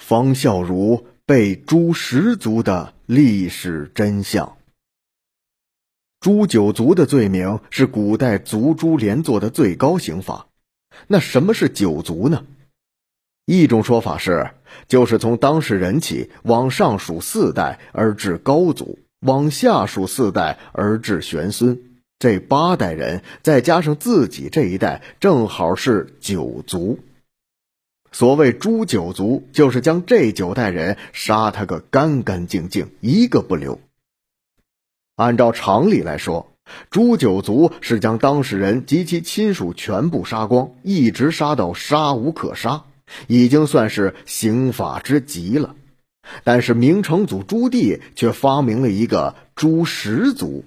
方孝孺被诛十族的历史真相。诛九族的罪名是古代族诛连坐的最高刑罚。那什么是九族呢？一种说法是，就是从当事人起往上数4代而至高祖，往下数4代而至玄孙，这8代人再加上自己这一代，正好是9族。所谓诛九族，就是将这9代人杀他个干干净净，一个不留。按照常理来说，诛九族是将当事人及其亲属全部杀光，一直杀到杀无可杀，已经算是刑法之极了。但是明成祖朱棣却发明了一个诛10族。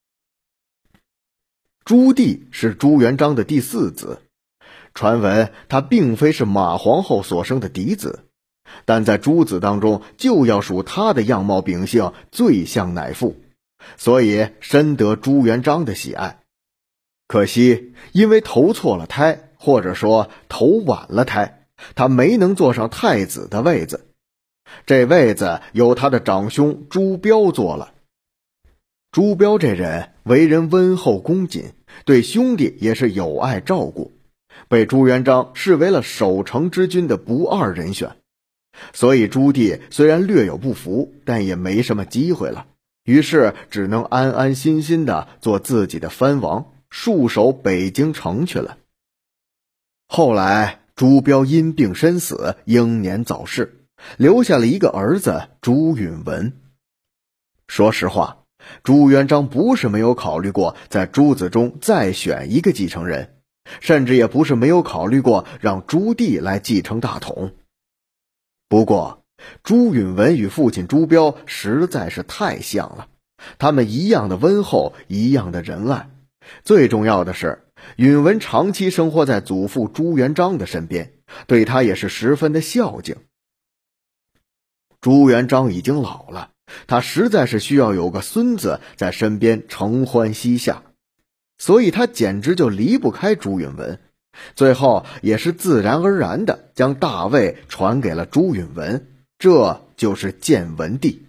朱棣是朱元璋的第4子，传闻他并非是马皇后所生的嫡子，但在诸子当中就要数他的样貌秉性最像乃父，所以深得朱元璋的喜爱。可惜因为投错了胎，或者说投晚了胎，他没能坐上太子的位子，这位子由他的长兄朱标坐了。朱标这人为人温厚恭谨，对兄弟也是有爱照顾，被朱元璋视为了守城之君的不二人选。所以朱棣虽然略有不服，但也没什么机会了，于是只能安安心心的做自己的藩王，戍守北京城去了。后来朱标因病身死，英年早逝，留下了一个儿子朱允文。说实话，朱元璋不是没有考虑过在诸子中再选一个继承人，甚至也不是没有考虑过让朱棣来继承大统。不过朱允文与父亲朱标实在是太像了，他们一样的温厚，一样的仁爱，最重要的是允文长期生活在祖父朱元璋的身边，对他也是十分的孝敬。朱元璋已经老了，他实在是需要有个孙子在身边承欢膝下，所以他简直就离不开朱允文，最后也是自然而然地将大位传给了朱允文，这就是建文帝。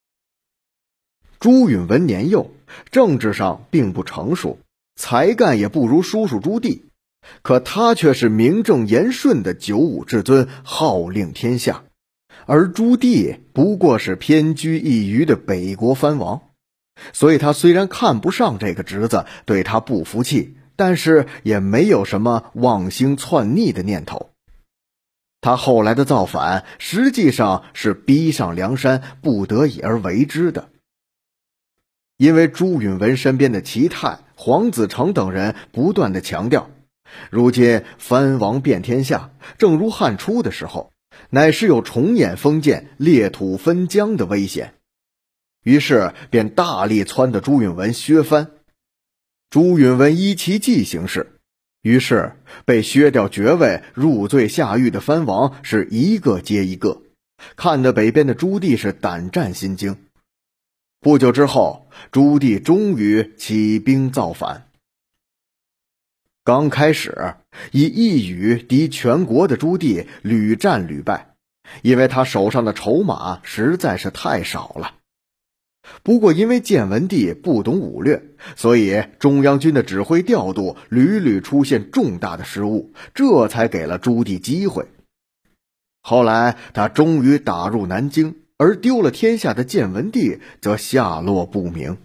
朱允文年幼，政治上并不成熟，才干也不如叔叔朱棣，可他却是名正言顺的95至尊，号令天下。而朱棣不过是偏居一隅的北国藩王，所以他虽然看不上这个侄子，对他不服气，但是也没有什么妄心篡逆的念头。他后来的造反实际上是逼上梁山，不得已而为之的。因为朱允文身边的齐泰、黄子成等人不断地强调，如今藩王遍天下，正如汉初的时候，乃是有重演封建、裂土分疆的危险，于是便大力撺掇朱允文削藩。朱允文依其计行事，于是被削掉爵位、入罪下狱的藩王是一个接一个，看得北边的朱棣是胆战心惊。不久之后，朱棣终于起兵造反。刚开始，以一羽敌全国的朱棣屡战屡败，因为他手上的筹码实在是太少了。不过因为建文帝不懂武略，所以中央军的指挥调度屡屡出现重大的失误，这才给了朱棣机会。后来他终于打入南京，而丢了天下的建文帝则下落不明。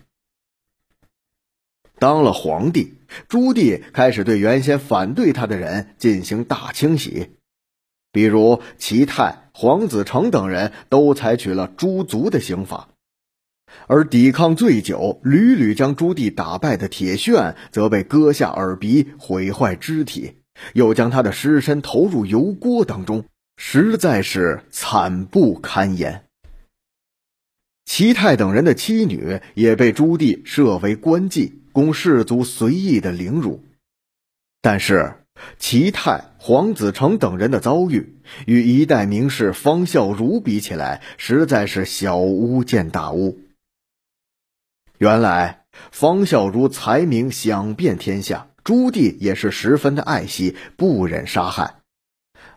当了皇帝，朱棣开始对原先反对他的人进行大清洗，比如齐泰、黄子成等人都采取了诛族的刑罚，而抵抗最久、屡屡将朱棣打败的铁铉则被割下耳鼻，毁坏肢体，又将他的尸身投入油锅当中，实在是惨不堪言。齐泰等人的妻女也被朱棣设为官妓，供士族随意的凌辱。但是齐泰、黄子成等人的遭遇与一代名士方孝孺比起来，实在是小巫见大巫。原来方孝孺才名响遍天下，朱棣也是十分的爱惜，不忍杀害。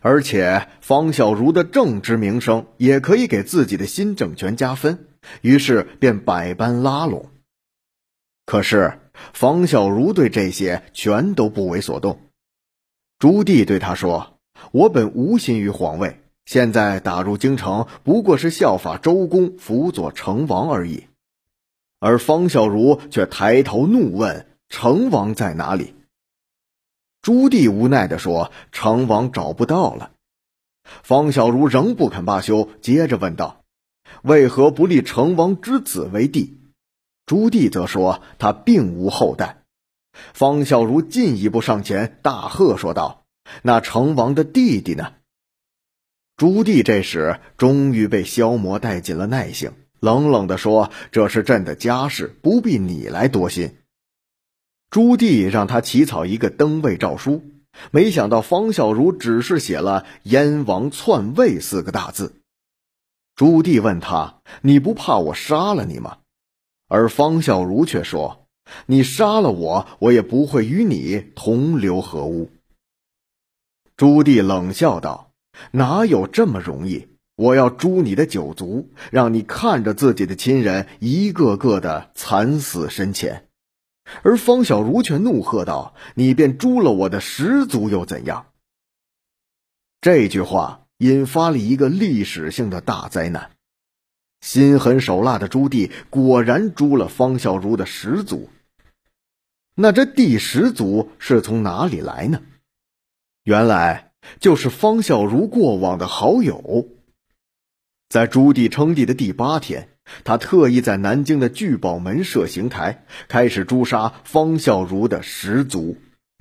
而且方孝孺的政治名声也可以给自己的新政权加分，于是便百般拉拢。可是方孝孺对这些全都不为所动。朱棣对他说：我本无心于皇位，现在打入京城不过是效法周公辅佐成王而已。而方孝孺却抬头怒问：成王在哪里？朱棣无奈地说：成王找不到了。方孝孺仍不肯罢休，接着问道：为何不立成王之子为帝？朱棣则说他并无后代。方孝孺进一步上前大喝说道：那成王的弟弟呢？朱棣这时终于被消磨殆尽了耐性，冷冷地说：这是朕的家事，不必你来多心。朱棣让他起草一个登位诏书，没想到方孝孺只是写了燕王篡位4个大字。朱棣问他：你不怕我杀了你吗？而方孝孺却说：你杀了我，我也不会与你同流合污。朱棣冷笑道：哪有这么容易？我要诛你的九族，让你看着自己的亲人一个个的惨死身前。而方孝孺却怒喝道：你便诛了我的10族又怎样？这句话引发了一个历史性的大灾难。心狠手辣的朱棣果然诛了方孝孺的10族。那这第10族是从哪里来呢？原来就是方孝孺过往的好友。在朱棣称帝的第8天，他特意在南京的聚宝门设刑台，开始诛杀方孝孺的10族。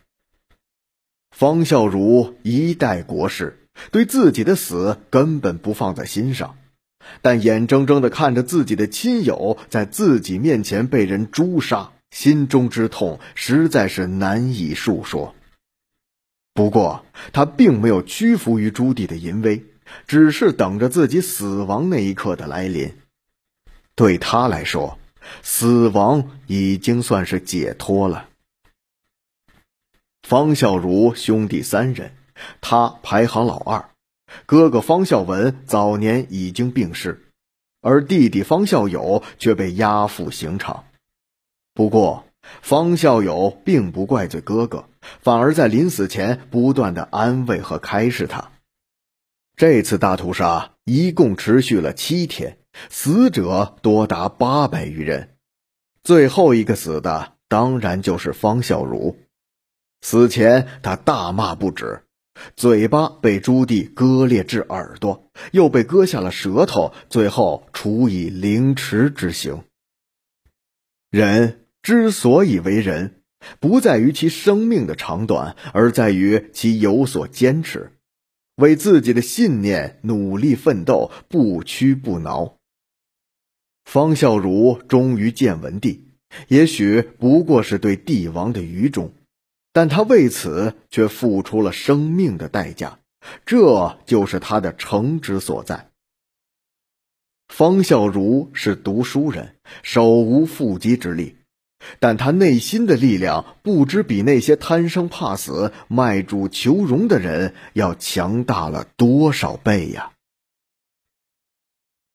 方孝孺一代国士，对自己的死根本不放在心上，但眼睁睁地看着自己的亲友在自己面前被人诛杀，心中之痛实在是难以述说。不过他并没有屈服于朱棣的淫威，只是等着自己死亡那一刻的来临。对他来说，死亡已经算是解脱了。方孝孺兄弟3人，他排行老2，哥哥方孝文早年已经病逝，而弟弟方孝友却被押赴刑场。不过方孝友并不怪罪哥哥，反而在临死前不断地安慰和开示他。这次大屠杀一共持续了7天，死者多达800余人。最后一个死的当然就是方孝孺。死前他大骂不止，嘴巴被朱棣割裂至耳朵，又被割下了舌头，最后处以凌迟之刑。人之所以为人，不在于其生命的长短，而在于其有所坚持，为自己的信念努力奋斗，不屈不挠。方孝孺终于见文帝，也许不过是对帝王的愚忠，但他为此却付出了生命的代价，这就是他的诚之所在。方孝孺是读书人，手无缚鸡之力，但他内心的力量不知比那些贪生怕死、卖主求荣的人要强大了多少倍呀！